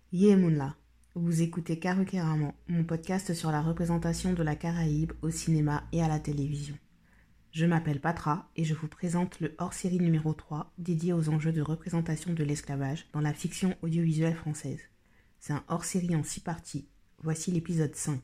Yemunla, vous écoutez Karukeramon, mon podcast sur la représentation de la Caraïbe au cinéma et à la télévision. Je m'appelle Patra et je vous présente le hors-série numéro 3 dédié aux enjeux de représentation de l'esclavage dans la fiction audiovisuelle française. C'est un hors-série en 6 parties. Voici l'épisode 5.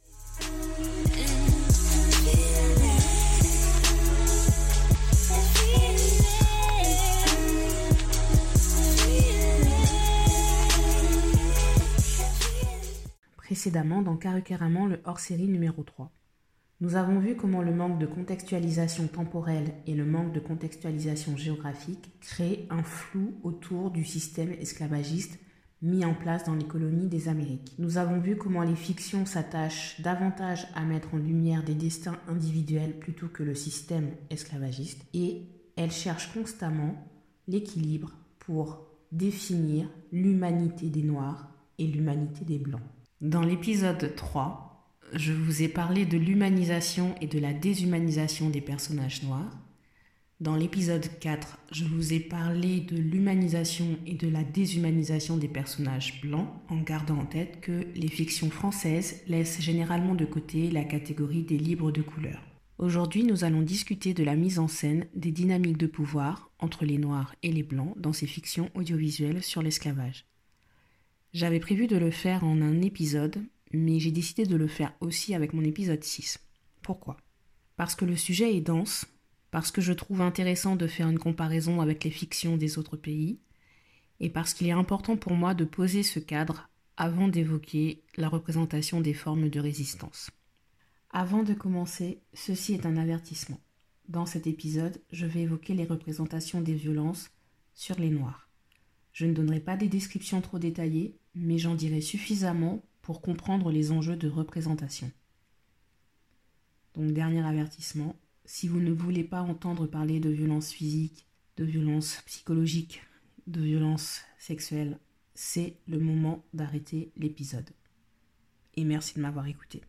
Précédemment dans Karukeramon, le hors-série numéro 3. Nous avons vu comment le manque de contextualisation temporelle et le manque de contextualisation géographique créent un flou autour du système esclavagiste mis en place dans les colonies des Amériques. Nous avons vu comment les fictions s'attachent davantage à mettre en lumière des destins individuels plutôt que le système esclavagiste et elles cherchent constamment l'équilibre pour définir l'humanité des Noirs et l'humanité des Blancs. Dans l'épisode 3, je vous ai parlé de l'humanisation et de la déshumanisation des personnages noirs. Dans l'épisode 4, je vous ai parlé de l'humanisation et de la déshumanisation des personnages blancs, en gardant en tête que les fictions françaises laissent généralement de côté la catégorie des libres de couleur. Aujourd'hui, nous allons discuter de la mise en scène des dynamiques de pouvoir entre les noirs et les blancs dans ces fictions audiovisuelles sur l'esclavage. J'avais prévu de le faire en un épisode, mais j'ai décidé de le faire aussi avec mon épisode 6. Pourquoi ? Parce que le sujet est dense, parce que je trouve intéressant de faire une comparaison avec les fictions des autres pays, et parce qu'il est important pour moi de poser ce cadre avant d'évoquer la représentation des formes de résistance. Avant de commencer, ceci est un avertissement. Dans cet épisode, je vais évoquer les représentations des violences sur les Noirs. Je ne donnerai pas des descriptions trop détaillées, mais j'en dirai suffisamment pour comprendre les enjeux de représentation. Donc, dernier avertissement, si vous ne voulez pas entendre parler de violences physiques, de violences psychologiques, de violences sexuelles, c'est le moment d'arrêter l'épisode. Et merci de m'avoir écouté.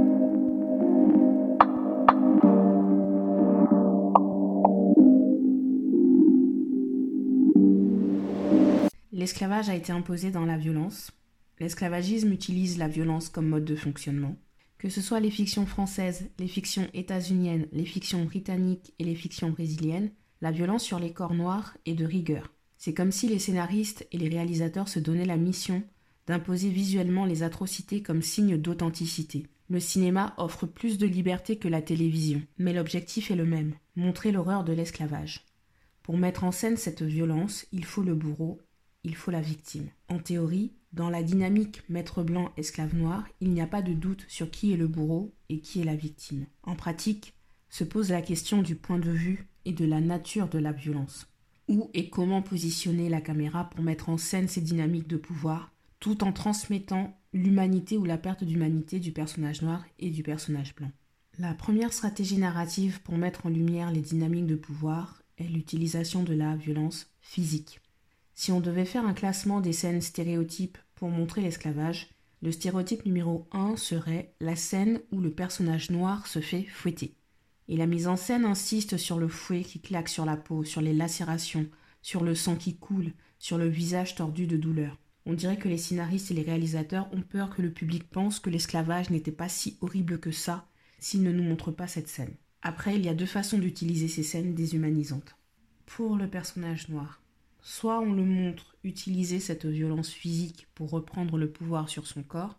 L'esclavage a été imposé dans la violence. L'esclavagisme utilise la violence comme mode de fonctionnement. Que ce soit les fictions françaises, les fictions états-uniennes, les fictions britanniques et les fictions brésiliennes, la violence sur les corps noirs est de rigueur. C'est comme si les scénaristes et les réalisateurs se donnaient la mission d'imposer visuellement les atrocités comme signe d'authenticité. Le cinéma offre plus de liberté que la télévision, mais l'objectif est le même, montrer l'horreur de l'esclavage. Pour mettre en scène cette violence, il faut le bourreau, il faut la victime. En théorie, dans la dynamique maître blanc, esclave noir, il n'y a pas de doute sur qui est le bourreau et qui est la victime. En pratique, se pose la question du point de vue et de la nature de la violence. Où et comment positionner la caméra pour mettre en scène ces dynamiques de pouvoir, tout en transmettant l'humanité ou la perte d'humanité du personnage noir et du personnage blanc. La première stratégie narrative pour mettre en lumière les dynamiques de pouvoir est l'utilisation de la violence physique. Si on devait faire un classement des scènes stéréotypes pour montrer l'esclavage, le stéréotype numéro 1 serait la scène où le personnage noir se fait fouetter. Et la mise en scène insiste sur le fouet qui claque sur la peau, sur les lacérations, sur le sang qui coule, sur le visage tordu de douleur. On dirait que les scénaristes et les réalisateurs ont peur que le public pense que l'esclavage n'était pas si horrible que ça s'ils ne nous montrent pas cette scène. Après, il y a deux façons d'utiliser ces scènes déshumanisantes. Pour le personnage noir, soit on le montre utiliser cette violence physique pour reprendre le pouvoir sur son corps,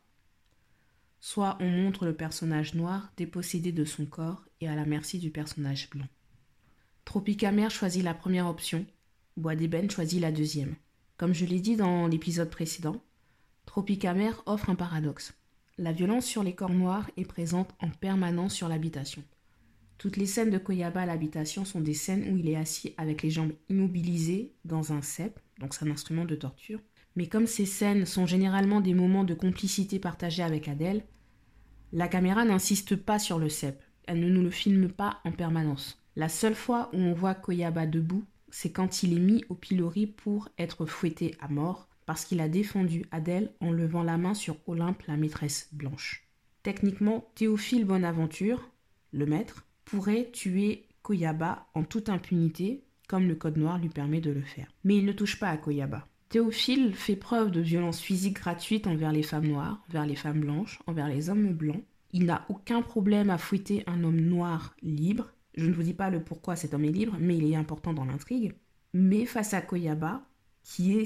soit on montre le personnage noir dépossédé de son corps et à la merci du personnage blanc. Tropicamer choisit la première option, Bois d'ébène choisit la deuxième. Comme je l'ai dit dans l'épisode précédent, Tropicamer offre un paradoxe. La violence sur les corps noirs est présente en permanence sur l'habitation. Toutes les scènes de Koyaba à l'habitation sont des scènes où il est assis avec les jambes immobilisées dans un cep, donc c'est un instrument de torture. Mais comme ces scènes sont généralement des moments de complicité partagés avec Adèle, la caméra n'insiste pas sur le cep, elle ne nous le filme pas en permanence. La seule fois où on voit Koyaba debout, c'est quand il est mis au pilori pour être fouetté à mort, parce qu'il a défendu Adèle en levant la main sur Olympe, la maîtresse blanche. Techniquement, Théophile Bonaventure, le maître, pourrait tuer Koyaba en toute impunité, comme le code noir lui permet de le faire. Mais il ne touche pas à Koyaba. Théophile fait preuve de violence physique gratuite envers les femmes noires, envers les femmes blanches, envers les hommes blancs. Il n'a aucun problème à fouetter un homme noir libre. Je ne vous dis pas le pourquoi cet homme est libre, mais il est important dans l'intrigue. Mais face à Koyaba, qui est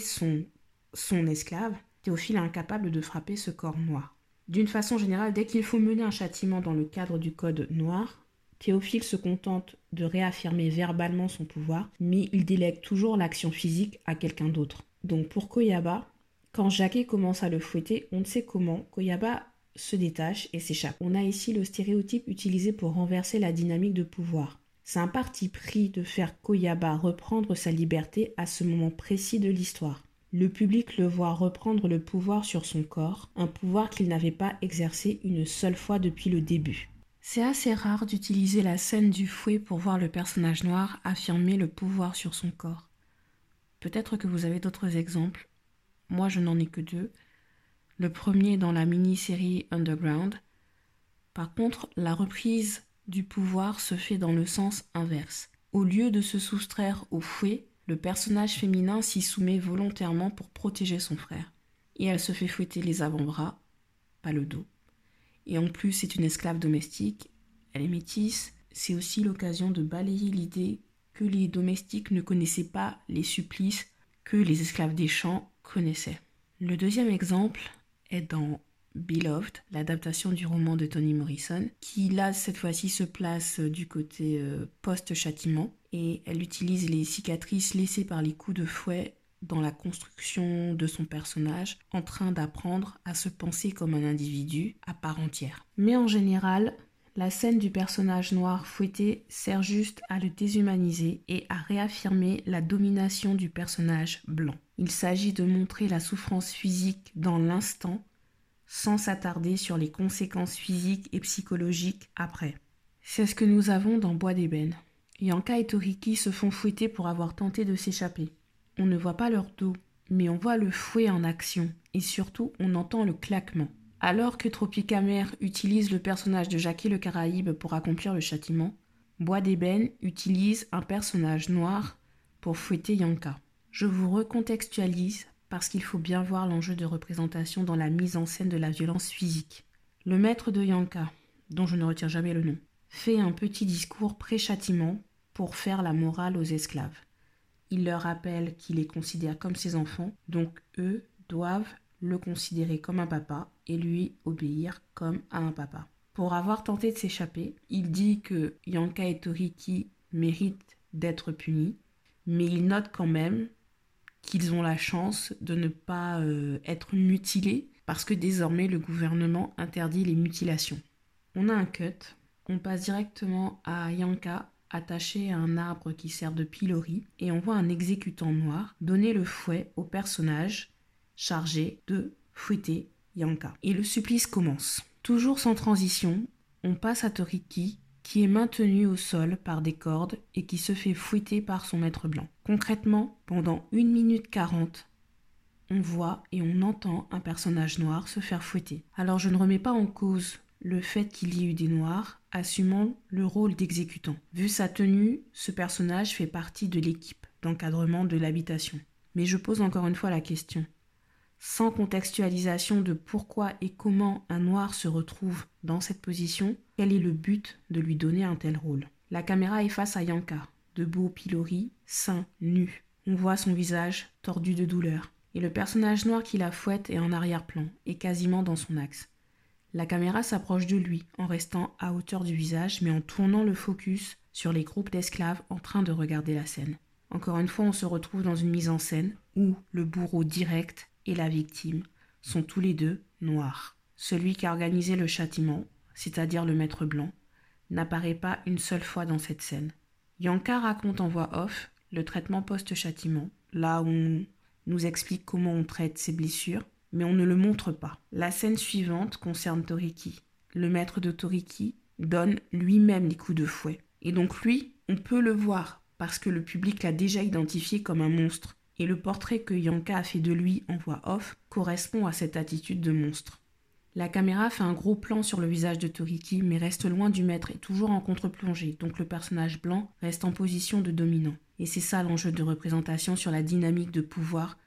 son esclave, Théophile est incapable de frapper ce corps noir. D'une façon générale, dès qu'il faut mener un châtiment dans le cadre du code noir, Théophile se contente de réaffirmer verbalement son pouvoir, mais il délègue toujours l'action physique à quelqu'un d'autre. Donc pour Koyaba, quand Jacquet commence à le fouetter, on ne sait comment, Koyaba se détache et s'échappe. On a ici le stéréotype utilisé pour renverser la dynamique de pouvoir. C'est un parti pris de faire Koyaba reprendre sa liberté à ce moment précis de l'histoire. Le public le voit reprendre le pouvoir sur son corps, un pouvoir qu'il n'avait pas exercé une seule fois depuis le début. C'est assez rare d'utiliser la scène du fouet pour voir le personnage noir affirmer le pouvoir sur son corps. Peut-être que vous avez d'autres exemples. Moi, je n'en ai que 2. Le premier dans la mini-série Underground. Par contre, la reprise du pouvoir se fait dans le sens inverse. Au lieu de se soustraire au fouet, le personnage féminin s'y soumet volontairement pour protéger son frère. Et elle se fait fouetter les avant-bras, pas le dos. Et en plus, c'est une esclave domestique, elle est métisse. C'est aussi l'occasion de balayer l'idée que les domestiques ne connaissaient pas les supplices que les esclaves des champs connaissaient. Le deuxième exemple est dans Beloved, l'adaptation du roman de Toni Morrison, qui là cette fois-ci se place du côté post-châtiment, et elle utilise les cicatrices laissées par les coups de fouet dans la construction de son personnage, en train d'apprendre à se penser comme un individu à part entière. Mais en général, la scène du personnage noir fouetté sert juste à le déshumaniser et à réaffirmer la domination du personnage blanc. Il s'agit de montrer la souffrance physique dans l'instant, sans s'attarder sur les conséquences physiques et psychologiques après. C'est ce que nous avons dans Bois d'ébène. Yanka et Toriki se font fouetter pour avoir tenté de s'échapper. On ne voit pas leur dos, mais on voit le fouet en action, et surtout on entend le claquement. Alors que Tropicamer utilise le personnage de Jacquet le Caraïbe pour accomplir le châtiment, Bois d'ébène utilise un personnage noir pour fouetter Yanka. Je vous recontextualise parce qu'il faut bien voir l'enjeu de représentation dans la mise en scène de la violence physique. Le maître de Yanka, dont je ne retiens jamais le nom, fait un petit discours pré-châtiment pour faire la morale aux esclaves. Il leur rappelle qu'il les considère comme ses enfants, donc eux doivent le considérer comme un papa et lui obéir comme à un papa. Pour avoir tenté de s'échapper, il dit que Yanka et Toriki méritent d'être punis, mais il note quand même qu'ils ont la chance de ne pas être mutilés parce que désormais le gouvernement interdit les mutilations. On a un cut, on passe directement à Yanka attaché à un arbre qui sert de pilori et on voit un exécutant noir donner le fouet au personnage chargé de fouetter Yanka. Et le supplice commence. Toujours sans transition, on passe à Toriki qui est maintenu au sol par des cordes et qui se fait fouetter par son maître blanc. Concrètement, pendant 1 minute 40, on voit et on entend un personnage noir se faire fouetter. Alors je ne remets pas en cause le fait qu'il y ait eu des noirs assumant le rôle d'exécutant. Vu sa tenue, ce personnage fait partie de l'équipe d'encadrement de l'habitation. Mais je pose encore une fois la question. Sans contextualisation de pourquoi et comment un noir se retrouve dans cette position, quel est le but de lui donner un tel rôle? La caméra est face à Yanka, debout au pilori, seins nus. On voit son visage tordu de douleur. Et le personnage noir qui la fouette est en arrière-plan et quasiment dans son axe. La caméra s'approche de lui en restant à hauteur du visage mais en tournant le focus sur les groupes d'esclaves en train de regarder la scène. Encore une fois, on se retrouve dans une mise en scène où le bourreau direct et la victime sont tous les deux noirs. Celui qui a organisé le châtiment, c'est-à-dire le maître blanc, n'apparaît pas une seule fois dans cette scène. Yanka raconte en voix off le traitement post-châtiment, là où on nous explique comment on traite ses blessures, mais on ne le montre pas. La scène suivante concerne Toriki. Le maître de Toriki donne lui-même les coups de fouet. Et donc lui, on peut le voir parce que le public l'a déjà identifié comme un monstre. Et le portrait que Yanka a fait de lui en voix off correspond à cette attitude de monstre. La caméra fait un gros plan sur le visage de Toriki, mais reste loin du maître et toujours en contre-plongée, donc le personnage blanc reste en position de dominant. Et c'est ça l'enjeu de représentation sur la dynamique de pouvoir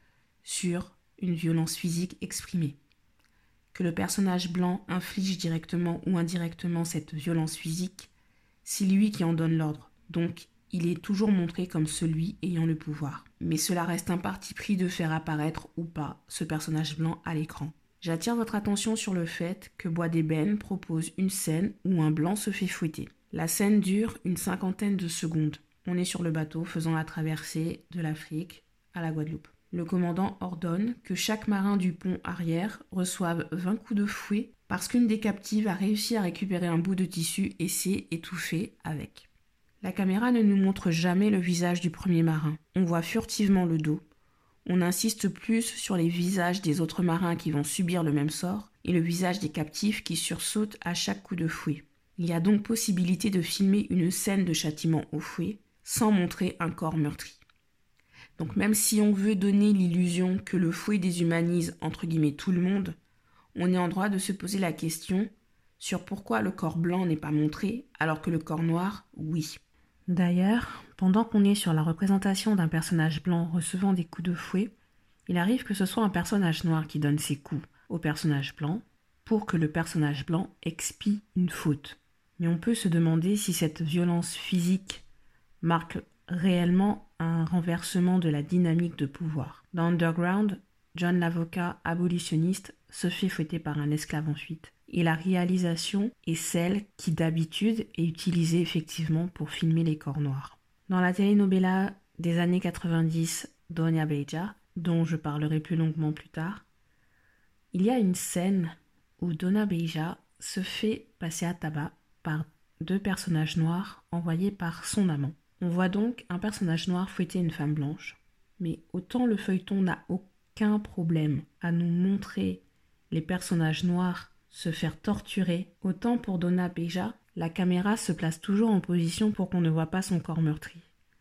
sur une violence physique exprimée. Que le personnage blanc inflige directement ou indirectement cette violence physique, c'est lui qui en donne l'ordre. Donc, il est toujours montré comme celui ayant le pouvoir. Mais cela reste un parti pris de faire apparaître ou pas ce personnage blanc à l'écran. J'attire votre attention sur le fait que Bois d'Ébène propose une scène où un blanc se fait fouetter. La scène dure une 50aine de secondes. On est sur le bateau faisant la traversée de l'Afrique à la Guadeloupe. Le commandant ordonne que chaque marin du pont arrière reçoive 20 coups de fouet parce qu'une des captives a réussi à récupérer un bout de tissu et s'est étouffée avec. La caméra ne nous montre jamais le visage du premier marin. On voit furtivement le dos. On insiste plus sur les visages des autres marins qui vont subir le même sort et le visage des captifs qui sursautent à chaque coup de fouet. Il y a donc possibilité de filmer une scène de châtiment au fouet sans montrer un corps meurtri. Donc même si on veut donner l'illusion que le fouet déshumanise entre guillemets tout le monde, on est en droit de se poser la question sur pourquoi le corps blanc n'est pas montré alors que le corps noir, oui. D'ailleurs, pendant qu'on est sur la représentation d'un personnage blanc recevant des coups de fouet, il arrive que ce soit un personnage noir qui donne ses coups au personnage blanc pour que le personnage blanc expie une faute. Mais on peut se demander si cette violence physique marque réellement un renversement de la dynamique de pouvoir. Dans Underground, John l'avocat abolitionniste se fait fouetter par un esclave en fuite. Et la réalisation est celle qui d'habitude est utilisée effectivement pour filmer les corps noirs. Dans la telenovela des années 90, Doña Beja, dont je parlerai plus longuement plus tard, il y a une scène où Doña Beja se fait passer à tabac par deux personnages noirs envoyés par son amant. On voit donc un personnage noir fouetter une femme blanche, mais autant le feuilleton n'a aucun problème à nous montrer les personnages noirs se faire torturer, autant pour Doña Beja, la caméra se place toujours en position pour qu'on ne voit pas son corps meurtri.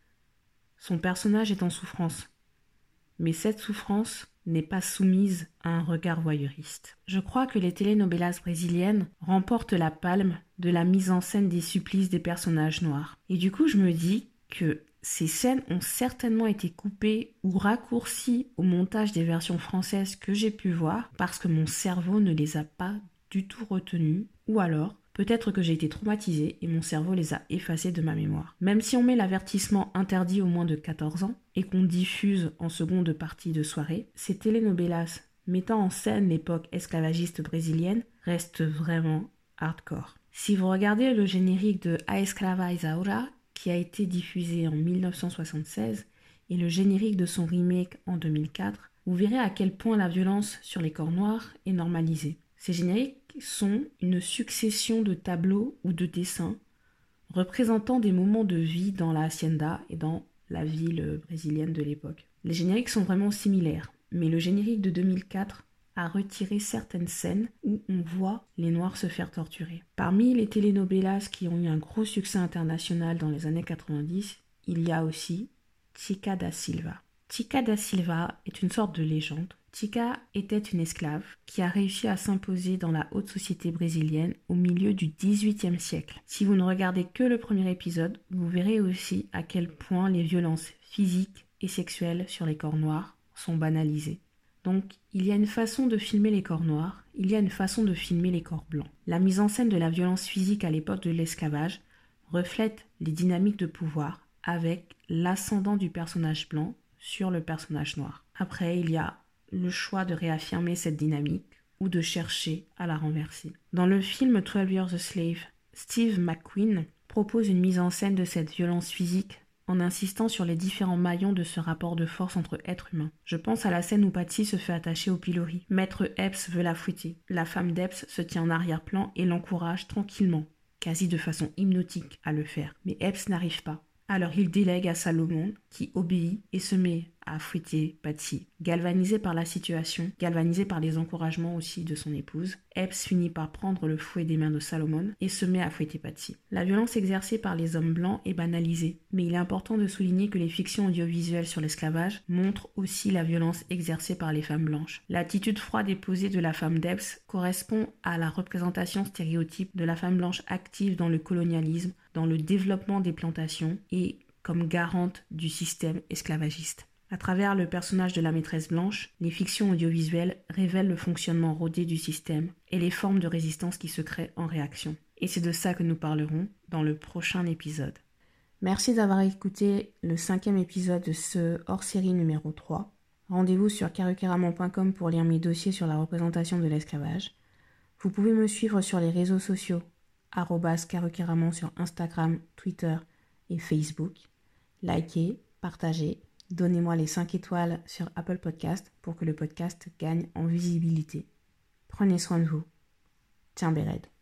Son personnage est en souffrance, mais cette souffrance n'est pas soumise à un regard voyeuriste. Je crois que les telenovelas brésiliennes remportent la palme de la mise en scène des supplices des personnages noirs. Et du coup, je me dis que ces scènes ont certainement été coupées ou raccourcies au montage des versions françaises que j'ai pu voir parce que mon cerveau ne les a pas du tout retenues, ou alors peut-être que j'ai été traumatisée et mon cerveau les a effacées de ma mémoire. Même si on met l'avertissement interdit aux moins de 14 ans et qu'on diffuse en seconde partie de soirée, ces telenovelas mettant en scène l'époque esclavagiste brésilienne restent vraiment hardcore. Si vous regardez le générique de A Escrava Isaura, qui a été diffusé en 1976, et le générique de son remake en 2004, vous verrez à quel point la violence sur les corps noirs est normalisée. Ces génériques sont une succession de tableaux ou de dessins représentant des moments de vie dans la hacienda et dans la ville brésilienne de l'époque. Les génériques sont vraiment similaires, mais le générique de 2004 a retiré certaines scènes où on voit les Noirs se faire torturer. Parmi les telenovelas qui ont eu un gros succès international dans les années 90, il y a aussi Chica da Silva. Chica da Silva est une sorte de légende. Chica était une esclave qui a réussi à s'imposer dans la haute société brésilienne au milieu du XVIIIe siècle. Si vous ne regardez que le premier épisode, vous verrez aussi à quel point les violences physiques et sexuelles sur les corps noirs sont banalisées. Donc, il y a une façon de filmer les corps noirs, il y a une façon de filmer les corps blancs. La mise en scène de la violence physique à l'époque de l'esclavage reflète les dynamiques de pouvoir avec l'ascendant du personnage blanc sur le personnage noir. Après, il y a le choix de réaffirmer cette dynamique ou de chercher à la renverser. Dans le film 12 Years a Slave, Steve McQueen propose une mise en scène de cette violence physique en insistant sur les différents maillons de ce rapport de force entre êtres humains. Je pense à la scène où Patsy se fait attacher au pilori. Maître Epps veut la fouetter. La femme d'Epps se tient en arrière-plan et l'encourage tranquillement, quasi de façon hypnotique, à le faire. Mais Epps n'arrive pas. Alors il délègue à Salomon, qui obéit et se met à fouetter Patsy. Galvanisé par la situation, galvanisé par les encouragements aussi de son épouse, Epps finit par prendre le fouet des mains de Salomon et se met à fouetter Patsy. La violence exercée par les hommes blancs est banalisée, mais il est important de souligner que les fictions audiovisuelles sur l'esclavage montrent aussi la violence exercée par les femmes blanches. L'attitude froide et posée de la femme d'Epps correspond à la représentation stéréotype de la femme blanche active dans le colonialisme, dans le développement des plantations et comme garante du système esclavagiste. À travers le personnage de la maîtresse blanche, les fictions audiovisuelles révèlent le fonctionnement rodé du système et les formes de résistance qui se créent en réaction. Et c'est de ça que nous parlerons dans le prochain épisode. Merci d'avoir écouté le 5e épisode de ce hors-série numéro 3. Rendez-vous sur karukeramon.com pour lire mes dossiers sur la représentation de l'esclavage. Vous pouvez me suivre sur les réseaux sociaux @karukeramon sur Instagram, Twitter et Facebook. Likez, partagez, donnez-moi les 5 étoiles sur Apple Podcast pour que le podcast gagne en visibilité. Prenez soin de vous. Tiens, Béred.